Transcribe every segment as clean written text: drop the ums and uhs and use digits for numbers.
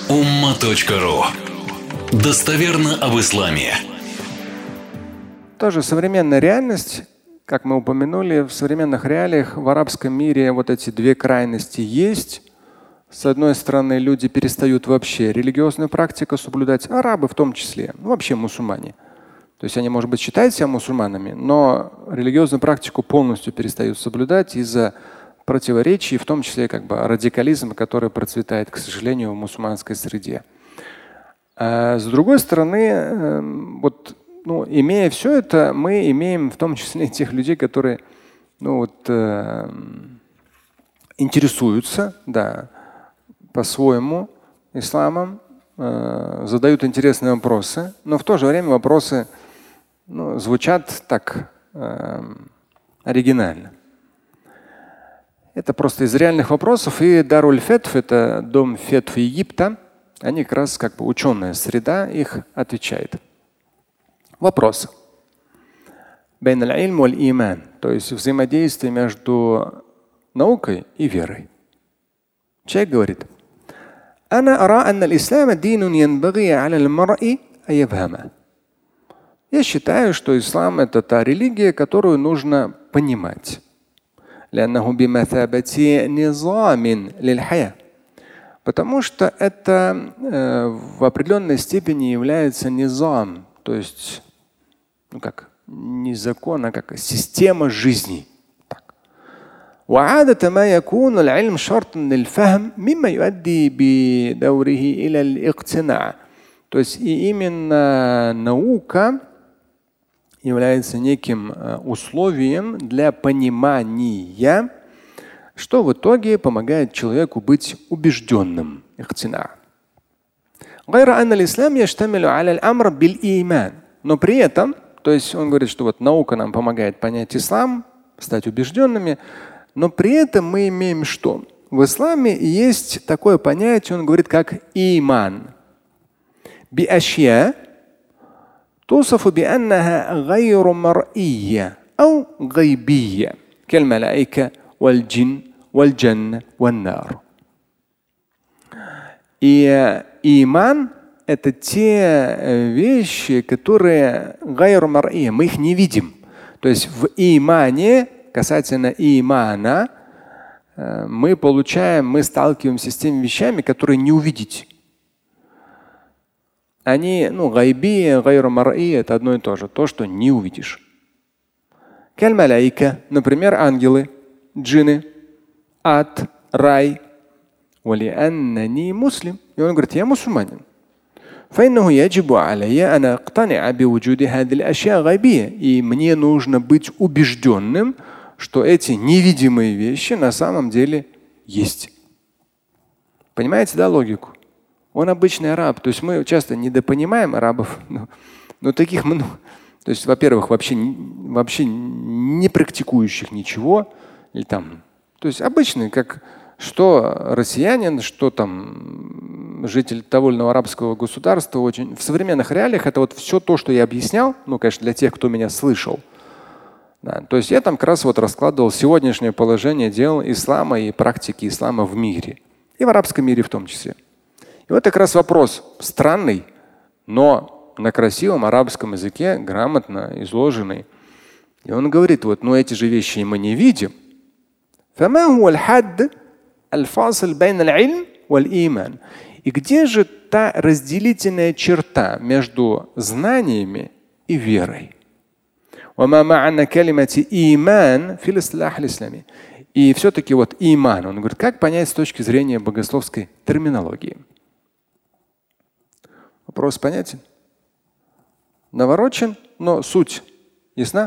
umma.ru. Достоверно об исламе. Тоже современная реальность, как мы упомянули, в современных реалиях в арабском мире вот эти две крайности есть. С одной стороны, люди перестают вообще религиозную практику соблюдать, арабы в том числе, вообще мусульмане. То есть они, может быть, считают себя мусульманами, но религиозную практику полностью перестают соблюдать из-за противоречий, в том числе как бы радикализма, который процветает, к сожалению, в мусульманской среде. А с другой стороны, имея все это, мы имеем в том числе тех людей, которые интересуются, да, по-своему исламом, задают интересные вопросы, но в то же время вопросы звучат так оригинально. Это просто из реальных вопросов. И Даруль Фетв, это дом Фетв Египта, они как раз как бы ученая среда их отвечает. Вопрос. Бейн аль-илм валь-иман, то есть взаимодействие между наукой и верой. Человек говорит: «Ана ара анна аль-ислам динун янбаги аля аль-мар'i ан яфхама». Я считаю, что ислам – это та религия, которую нужно понимать. Потому что это в определенной степени является низам, то есть не закон, а как система жизни. وعادة ما يكون العلم شرط للفهم مما يؤدي بدوره إلى الاقتناع. То есть и именно наука является неким условием для понимания, что в итоге помогает человеку быть убежденным. Но при этом, то есть он говорит, что вот наука нам помогает понять ислам, стать убежденными, но при этом мы имеем что? В исламе есть такое понятие, он говорит, как иман. بأشياء توصف بأنها غير مرئية أو غيبية كالملائكة والجن والجنة والنار. И иман – это те вещи, которые غير مرئية, мы их не видим. То есть в имане, касательно имана, мы сталкиваемся с теми вещами, которые не увидеть. Они, гайби, гайру мар'i, это одно и то же, то, что не увидишь. Каль-маляйка, например, ангелы, джинны, ад, рай. Вали-аннани муслим. И он говорит, я мусульманин. И мне нужно быть убежденным, что эти невидимые вещи на самом деле есть. Понимаете, да, логику? Он обычный араб. То есть мы часто недопонимаем арабов, но таких много. То есть, во-первых, вообще не практикующих ничего. То есть обычный, как что россиянин, что там житель того или иного арабского государства. В современных реалиях это вот все то, что я объяснял, конечно, для тех, кто меня слышал. Да, то есть я там как раз раскладывал сегодняшнее положение дел ислама и практики ислама в мире. И в арабском мире в том числе. И вот как раз вопрос странный, но на красивом арабском языке грамотно изложенный. И он говорит, эти же вещи мы не видим. И где же та разделительная черта между знаниями и верой? И все-таки иман, он говорит, как понять с точки зрения богословской терминологии? Вопрос понятен? Наворочен, но суть ясна?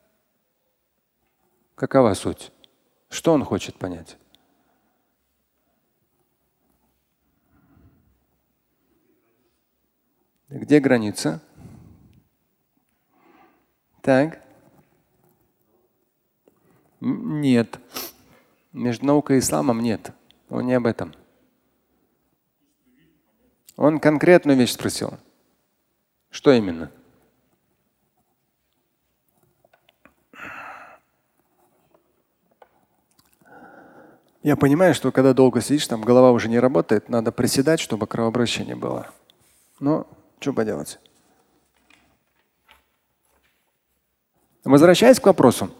Какова суть? Что он хочет понять? Где граница? Так. Нет. Между наукой и исламом нет. Он не об этом. Он конкретную вещь спросил. Что именно? Я понимаю, что когда долго сидишь, там голова уже не работает, надо приседать, чтобы кровообращение было. Но что поделать? Возвращаясь к вопросу.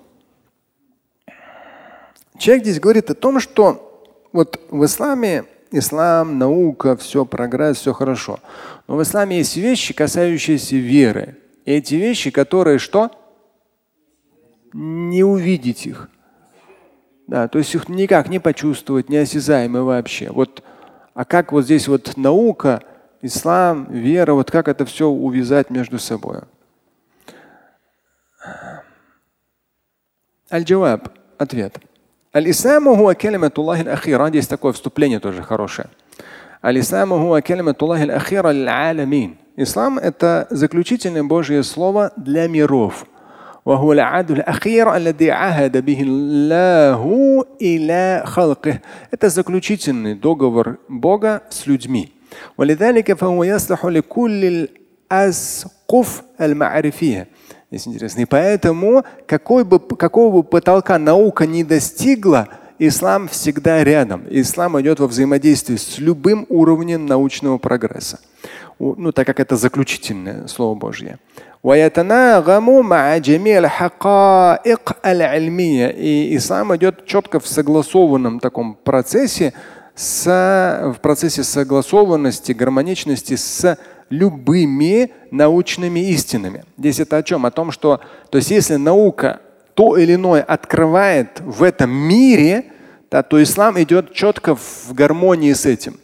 Человек здесь говорит о том, что вот в исламе, ислам, наука, все, прогресс, все хорошо. Но в исламе есть вещи, касающиеся веры. И эти вещи, которые что? Не увидеть их. Да, то есть их никак не почувствовать, неосязаемы вообще. Вот, а как вот здесь вот наука, ислам, вера, вот как это все увязать между собой? Аль-Джаваб. Ответ. Аль-Исламу хуа калиматуллахи аль-ахира. Здесь такое вступление тоже хорошее. Аль-Исламу хуа калиматуллахи аль-ахира аль-аламин. Ислам – это заключительное Божье слово для миров. وهو العهد الأخير الذي عهد به الله إلى خلقه. Это заключительный договор Бога с людьми. ولذلك فهو يصلح لكل الأسقف المعرفية. Здесь интересно. И поэтому, какого бы потолка наука не достигла, ислам всегда рядом. Ислам идет во взаимодействии с любым уровнем научного прогресса. Ну, так как это заключительное Слово Божье. И ислам идет четко в согласованном таком процессе, в процессе согласованности, гармоничности с любыми научными истинами. Здесь это о чем? О том, что то есть если наука то или иное открывает в этом мире, да, то ислам идет четко в гармонии с этим.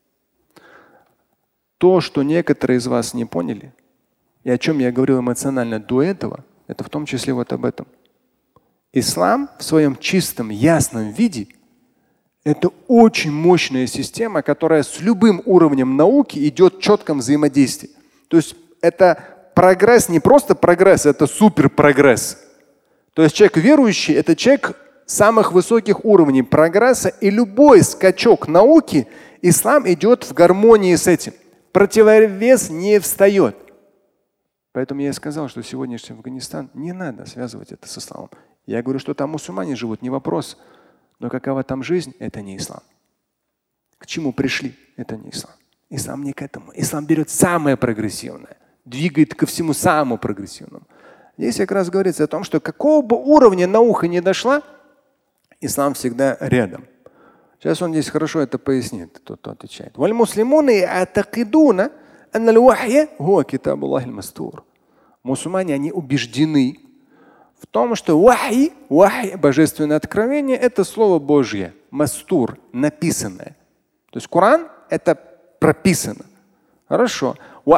То, что некоторые из вас не поняли, и о чем я говорил эмоционально до этого, это в том числе вот об этом. Ислам в своем чистом, ясном виде – это очень мощная система, которая с любым уровнем науки идет в четком взаимодействии. То есть это прогресс, не просто прогресс, это суперпрогресс. То есть человек верующий – это человек самых высоких уровней прогресса, и любой скачок науки, ислам идет в гармонии с этим. Противовес не встает. Поэтому я и сказал, что сегодняшний Афганистан не надо связывать это с исламом. Я говорю, что там мусульмане живут, не вопрос. Но какова там жизнь, это не ислам. К чему пришли, это не ислам. Ислам не к этому. Ислам берет самое прогрессивное, двигает ко всему самому прогрессивному. Здесь как раз говорится о том, что какого бы уровня наука не дошла, ислам всегда рядом. Сейчас он здесь хорошо это пояснит, тот, кто отвечает. Мусульмане, они убеждены в том, что вахи, божественное откровение, это слово Божье, мастур, написанное. То есть Коран – это прописано. Хорошо.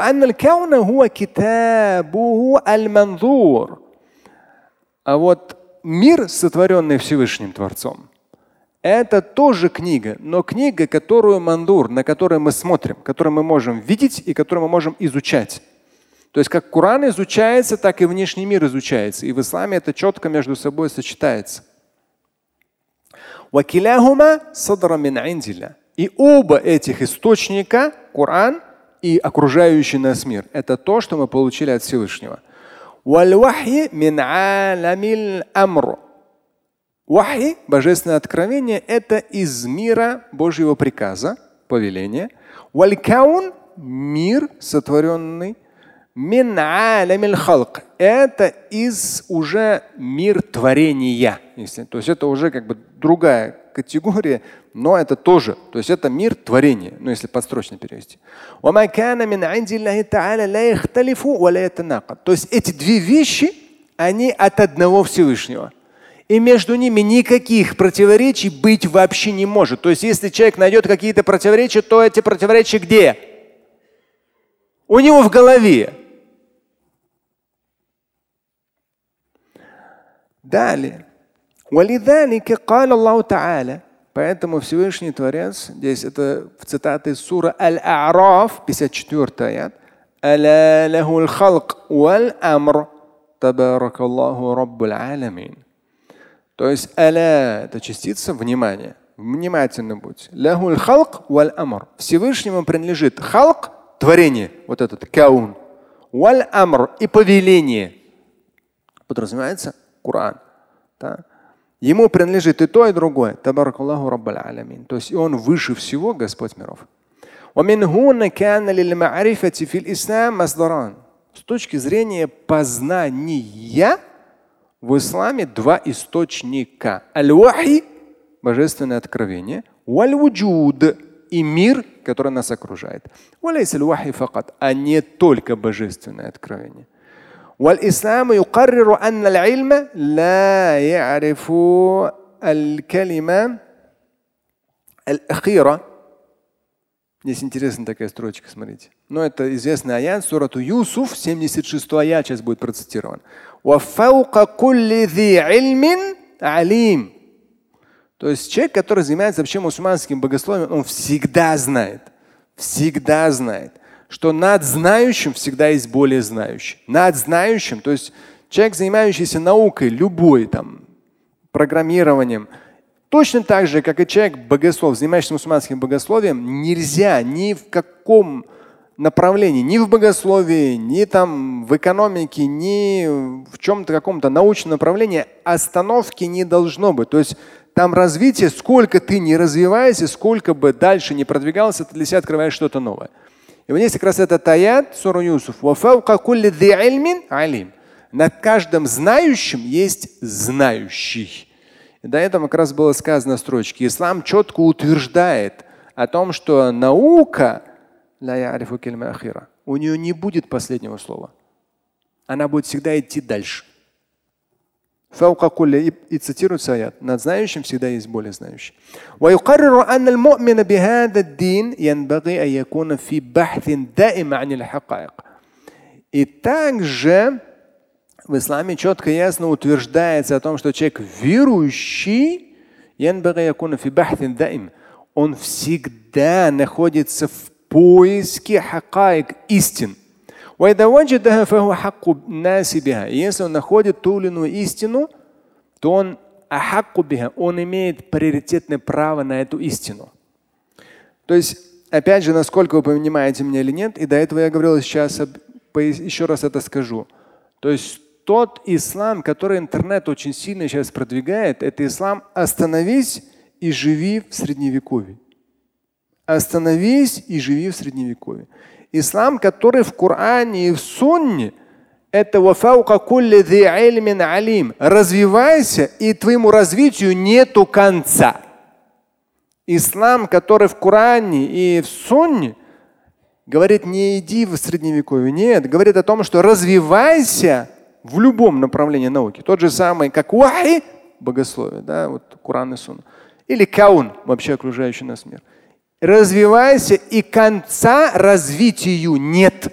А вот мир, сотворенный Всевышним Творцом, это тоже книга, но книга, которую мандур, на которую мы смотрим, которую мы можем видеть и которую мы можем изучать. То есть как Коран изучается, так и внешний мир изучается. И в исламе это четко между собой сочетается. И оба этих источника, Коран и окружающий нас мир, это то, что мы получили от Всевышнего. Вахи, божественное откровение, это из мира Божьего приказа, повеления. Валькаун, мир, сотворенный. Мин алямиль халк, это из уже мир творения. То есть это уже как бы другая категория, но это тоже. То есть это мир творения, ну если подстрочно перевести. То есть эти две вещи, они от одного Всевышнего. И между ними никаких противоречий быть вообще не может. То есть если человек найдет какие-то противоречия, то эти противоречия где? У него в голове. Далее. Поэтому Всевышний Творец, здесь это в цитате из суры Аль-А'раф, 54 аят. Аля лахул халк валь амр, табаракаллаху раббуль аламин. То есть аля – это частица внимания. Внимательно будь. Лахул халк валь амр. Всевышнему принадлежит халк – творение, вот этот каун. Валь амр – и повеление. Подразумевается Коран. Да? Ему принадлежит и то, и другое. Табаракаллаху раббаль алямин. То есть он выше всего, Господь миров. С точки зрения познания в исламе два источника. Аль-вахи – божественное откровение. Валь-вуджуд – и мир, который нас окружает. А не только божественное откровение. والإسلام يقرر أن العلم لا يعرف الكلمة الأخيرة. Здесь интересная такая строчка, смотрите. Но это известный аят, сурату Юсуф, 76 аят сейчас будет процитирован. وَفَوْقَ كُلِّ ذِي عِلْمٍ عَلِيمٍ. То есть человек, который занимается вообще мусульманским богословием, он всегда знает, что над знающим всегда есть более знающий. Над знающим, то есть человек, занимающийся наукой, любой там, программированием, точно так же, как и человек, богослов, занимающийся мусульманским богословием, нельзя ни в каком направлении, ни в богословии, ни там в экономике, ни в чем-то каком-то научном направлении остановки не должно быть. То есть там развитие, сколько ты не развиваешься, сколько бы дальше не продвигался, ты для себя открываешь что-то новое. И вот здесь как раз этот аят, сура Юсуф. Над каждым знающим есть знающий. И до этого как раз было сказано в строчке. Ислам четко утверждает о том, что наука, у нее не будет последнего слова. Она будет всегда идти дальше. И цитируется аят. Над знающим всегда есть более знающий. И также в исламе четко и ясно утверждается о том, что человек верующий, он всегда находится в поиске хакаик истин. Если он находит ту или иную истину, то он имеет приоритетное право на эту истину. То есть, опять же, насколько вы понимаете меня или нет, и до этого я говорил, сейчас еще раз это скажу. То есть тот ислам, который интернет очень сильно сейчас продвигает, это ислам «остановись и живи в средневековье». Остановись и живи в средневековье. Ислам, который в Коране и в Сунне, это развивайся, и твоему развитию нету конца. Ислам, который в Коране и в Сунне, говорит, не иди в средневековье. Нет, говорит о том, что развивайся в любом направлении науки. Тот же самый, как вахи, богословие, да, вот Коран и Сунна. Или каун, вообще окружающий нас мир. Развивайся, и конца развитию нет.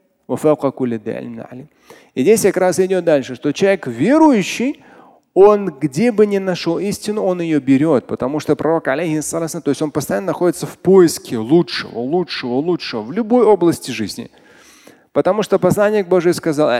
И здесь как раз идет дальше, что человек верующий, он где бы ни нашел истину, он ее берет, потому что пророк, алейхиссалям, то есть он постоянно находится в поиске лучшего в любой области жизни. Потому что посланник Божий сказал: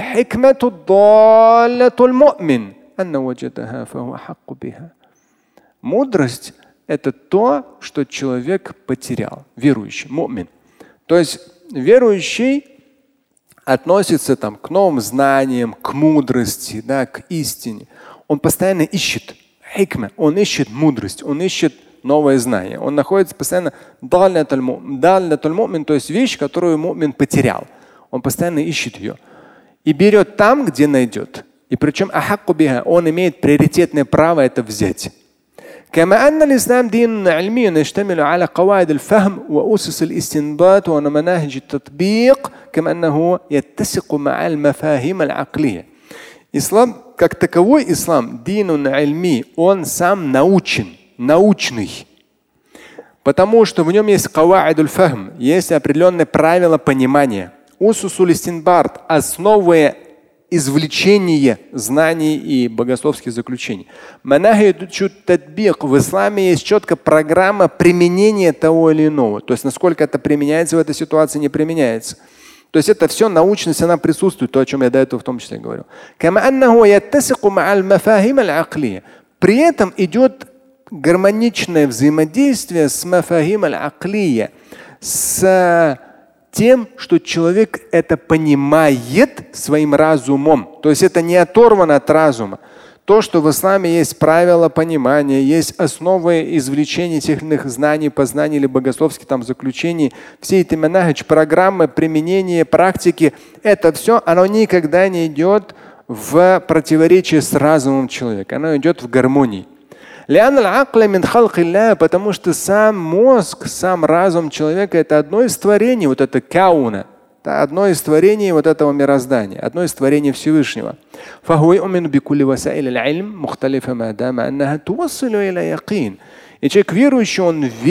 мудрость – это то, что человек потерял. Верующий, му'мин. То есть верующий относится там к новым знаниям, к мудрости, да, к истине. Он постоянно ищет хикма, он ищет мудрость, он ищет новое знание. Он находится постоянно даллятуль му'мин, то есть вещь, которую му'мин потерял. Он постоянно ищет ее и берет там, где найдет. И причем он имеет приоритетное право это взять. كما أن الإسلام دين علمي يشتمل على قواعد الفهم وأسس الاستنباط ومناهج التطبيق كما أنه يتسق مع المفاهيم العقلية. Ислам, как таковой ислам, динун альми, он сам научный. Потому что в нем есть каваидуль фахм, есть определенные правила понимания. Усусуль истинбат, основы извлечение знаний и богословских заключений. В исламе есть четкая программа применения того или иного. То есть насколько это применяется в этой ситуации, не применяется. То есть это все научность, она присутствует, то, о чем я до этого в том числе говорил. При этом идет гармоничное взаимодействие с мафахим аль-аклия, с тем, что человек это понимает своим разумом. То есть это не оторвано от разума. То, что в исламе есть правила понимания, есть основы извлечения тех или иных знаний, познаний или богословских там заключений, все эти манахидж, программы, применения, практики, это все, оно никогда не идет в противоречии с разумом человека, оно идет в гармонии. Потому что сам мозг, сам разум человека – это одно из творений вот это кауна. Одно из творений вот этого мироздания, одно из творений Всевышнего. И человек верующий,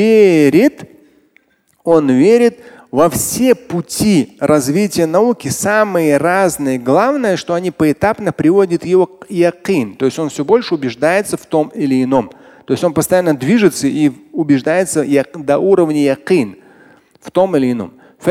он верит во все пути развития науки, самые разные. Главное, что они поэтапно приводят его к якин. То есть он все больше убеждается в том или ином. То есть он постоянно движется и убеждается до уровня якин в том или ином. И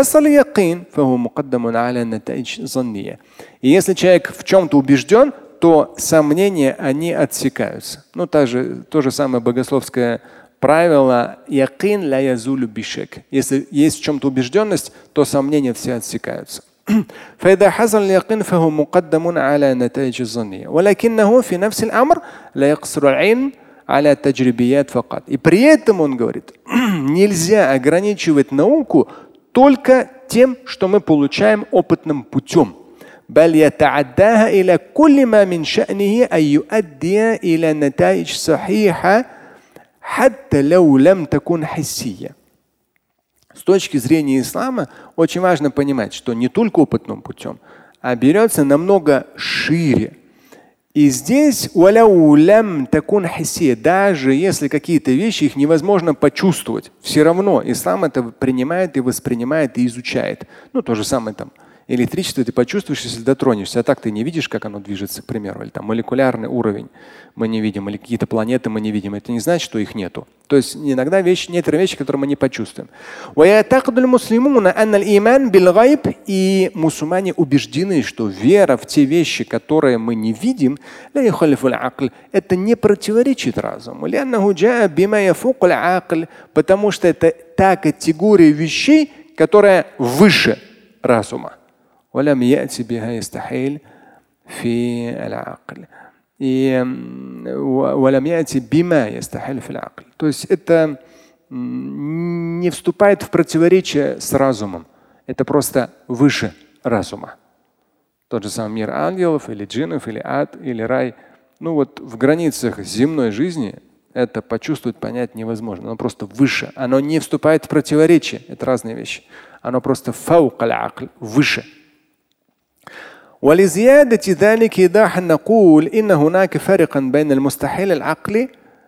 если человек в чем-то убежден, то сомнения, они отсекаются. Ну, то же самое богословское правило якин ла язулю бишек. Если есть в чем-то убежденность, то сомнения все отсекаются. فإذا حصل اليقين فهو مقدم على نتائج الظنية ولكنه في نفس الأمر لا يقصر العلم على تجريبيات فقط. И при этом он говорит, нельзя ограничивать науку только тем, что мы получаем опытным путем. بل يتعداها إلى كل ما من شأنه أن يؤدي إلى نتائج صحيحة حتى لو لم تكن حسية. С точки зрения ислама очень важно понимать, что не только опытным путем, а берется намного шире. И здесь даже если какие-то вещи их невозможно почувствовать, все равно ислам это принимает и воспринимает и изучает. Ну, то же самое там. Электричество ты почувствуешь, если дотронешься, а так ты не видишь, как оно движется, к примеру, или там молекулярный уровень мы не видим, или какие-то планеты мы не видим. Это не значит, что их нету. То есть иногда некоторые вещи, которые мы не почувствуем. И мусульмане убеждены, что вера в те вещи, которые мы не видим, это не противоречит разуму. Потому что это та категория вещей, которая выше разума. ولم يأتي بها يستحيل في العقل. ولم يأتي بما يستحيل في العقل. То есть это не вступает в противоречие с разумом. Это просто выше разума. Тот же самый мир ангелов или джиннов, или ад, или рай. Ну вот в границах земной жизни это почувствовать, понять невозможно. Оно просто выше. Оно не вступает в противоречие. Это разные вещи. Оно просто выше. ولزيادة ذلك إيضاحا نقول إن هناك فرقا بين المستحيل العقلي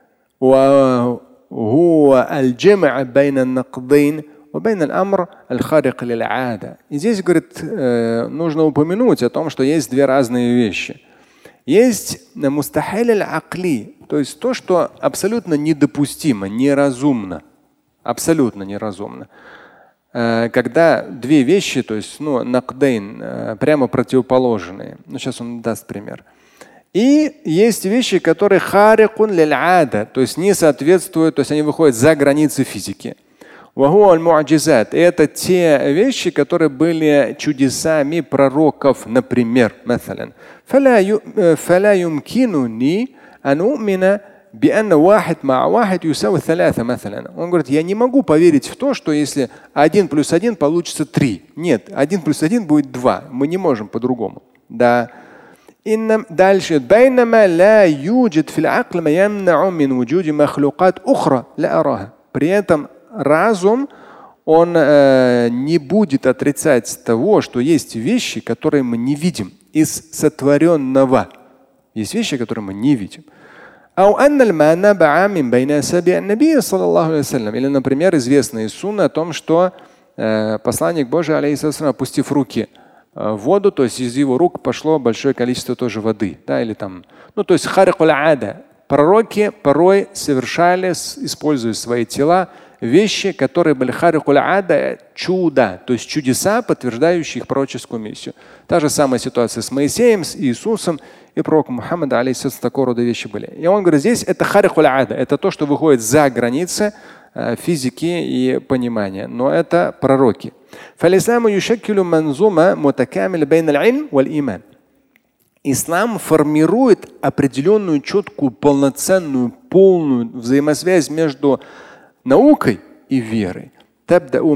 وهو الجمع بين النقضين وبين الأمر الخارق للعادة. И здесь, говорит, нужно упомянуть о том, что есть две разные вещи. Есть мустахиль аль-акли, то есть то, что абсолютно недопустимо, неразумно, абсолютно неразумно. Когда две вещи, то есть накдейн, прямо противоположные. Ну, сейчас он даст пример. И есть вещи, которые харикун лиль-ада, то есть не соответствуют, то есть они выходят за границы физики. И это те вещи, которые были чудесами пророков, например, فلا يمكنني أن أؤمن بأن واحد مع واحد يساوي ثلاثة مثلا. Он говорит, я не могу поверить в то, что если 1 + 1 получится 3. Нет, 1 + 1 будет 2. Мы не можем по-другому. Да. Дальше. بينما لا يوجد في العقل ما يمنع من وجود مخلوقات أخرى لا أراها. При этом разум, он не будет отрицать того, что есть вещи, которые мы не видим из сотворенного. Есть вещи, которые мы не видим. Или, например, известная сунна о том, что посланник Божий, алейхиссалям, опустив руки в воду, то есть из его рук пошло большое количество тоже воды. Да, или там, то есть харикуль ада. Пророки порой совершали, используя свои тела, вещи, которые были харикуль ада, чудо, то есть чудеса, подтверждающие их пророческую миссию. Та же самая ситуация с Моисеем, с Иисусом и пророком Мухаммада, алейхиссалям, такого рода вещи были. И он говорит, здесь это харикуль ада, это то, что выходит за границы физики и понимания, но это пророки. Ислам формирует определенную четкую, полноценную, полную взаимосвязь между наукой и верой. И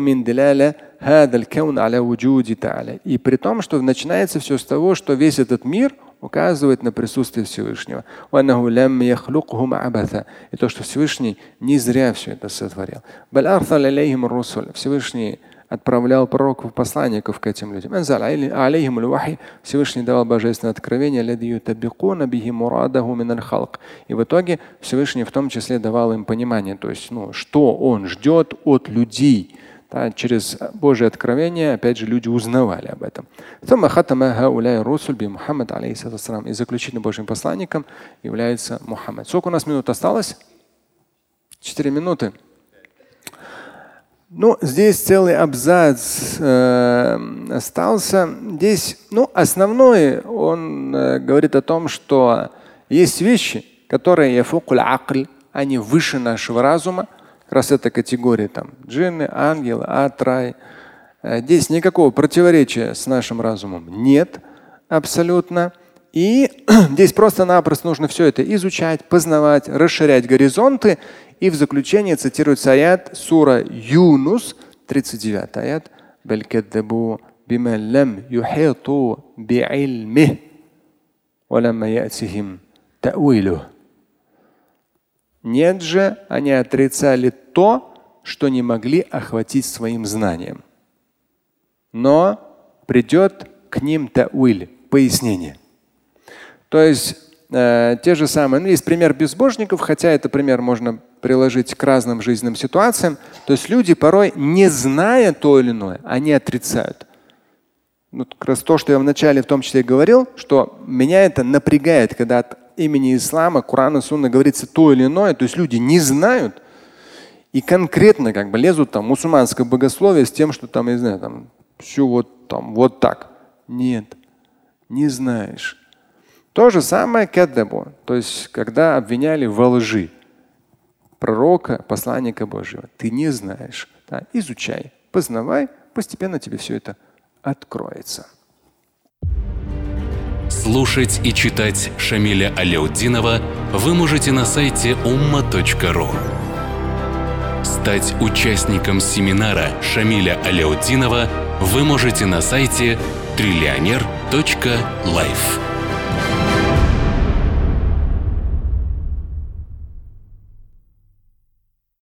при том, что начинается все с того, что весь этот мир указывает на присутствие Всевышнего. И то, что Всевышний не зря все это сотворил. Всевышний отправлял пророков, посланников к этим людям. Всевышний давал божественное откровение. И в итоге Всевышний в том числе давал им понимание, то есть, что он ждет от людей. Да, через Божье откровение, опять же, люди узнавали об этом. И заключительным Божьим посланником является Мухаммад. Сколько у нас минут осталось? 4 минуты. Здесь целый абзац остался. Здесь, основное, он говорит о том, что есть вещи, которые они выше нашего разума. Как раз эта категория там джинны, ангелы, ад, рай. Здесь никакого противоречия с нашим разумом нет абсолютно. И здесь просто-напросто нужно все это изучать, познавать, расширять горизонты. И в заключение цитируется аят сура Юнус, 39 аят. Нет же, они отрицали то, что не могли охватить своим знанием. Но придет к ним тауиль, пояснение. То есть те же самые, есть пример безбожников, хотя этот пример можно приложить к разным жизненным ситуациям. То есть люди порой, не зная то или иное, они отрицают. Как раз то, что я вначале в том числе говорил, что меня это напрягает, когда от имени ислама, Корана, Сунна говорится то или иное, то есть люди не знают и конкретно лезут в мусульманское богословие с тем, что там, я не знаю, все вот так. Нет, не знаешь. То же самое каддабу, то есть когда обвиняли во лжи пророка, посланника Божьего. Ты не знаешь. Да, изучай, познавай, постепенно тебе все это откроется. Слушать и читать Шамиля Аляутдинова вы можете на сайте umma.ru. Стать участником семинара Шамиля Аляутдинова вы можете на сайте trillioner.life.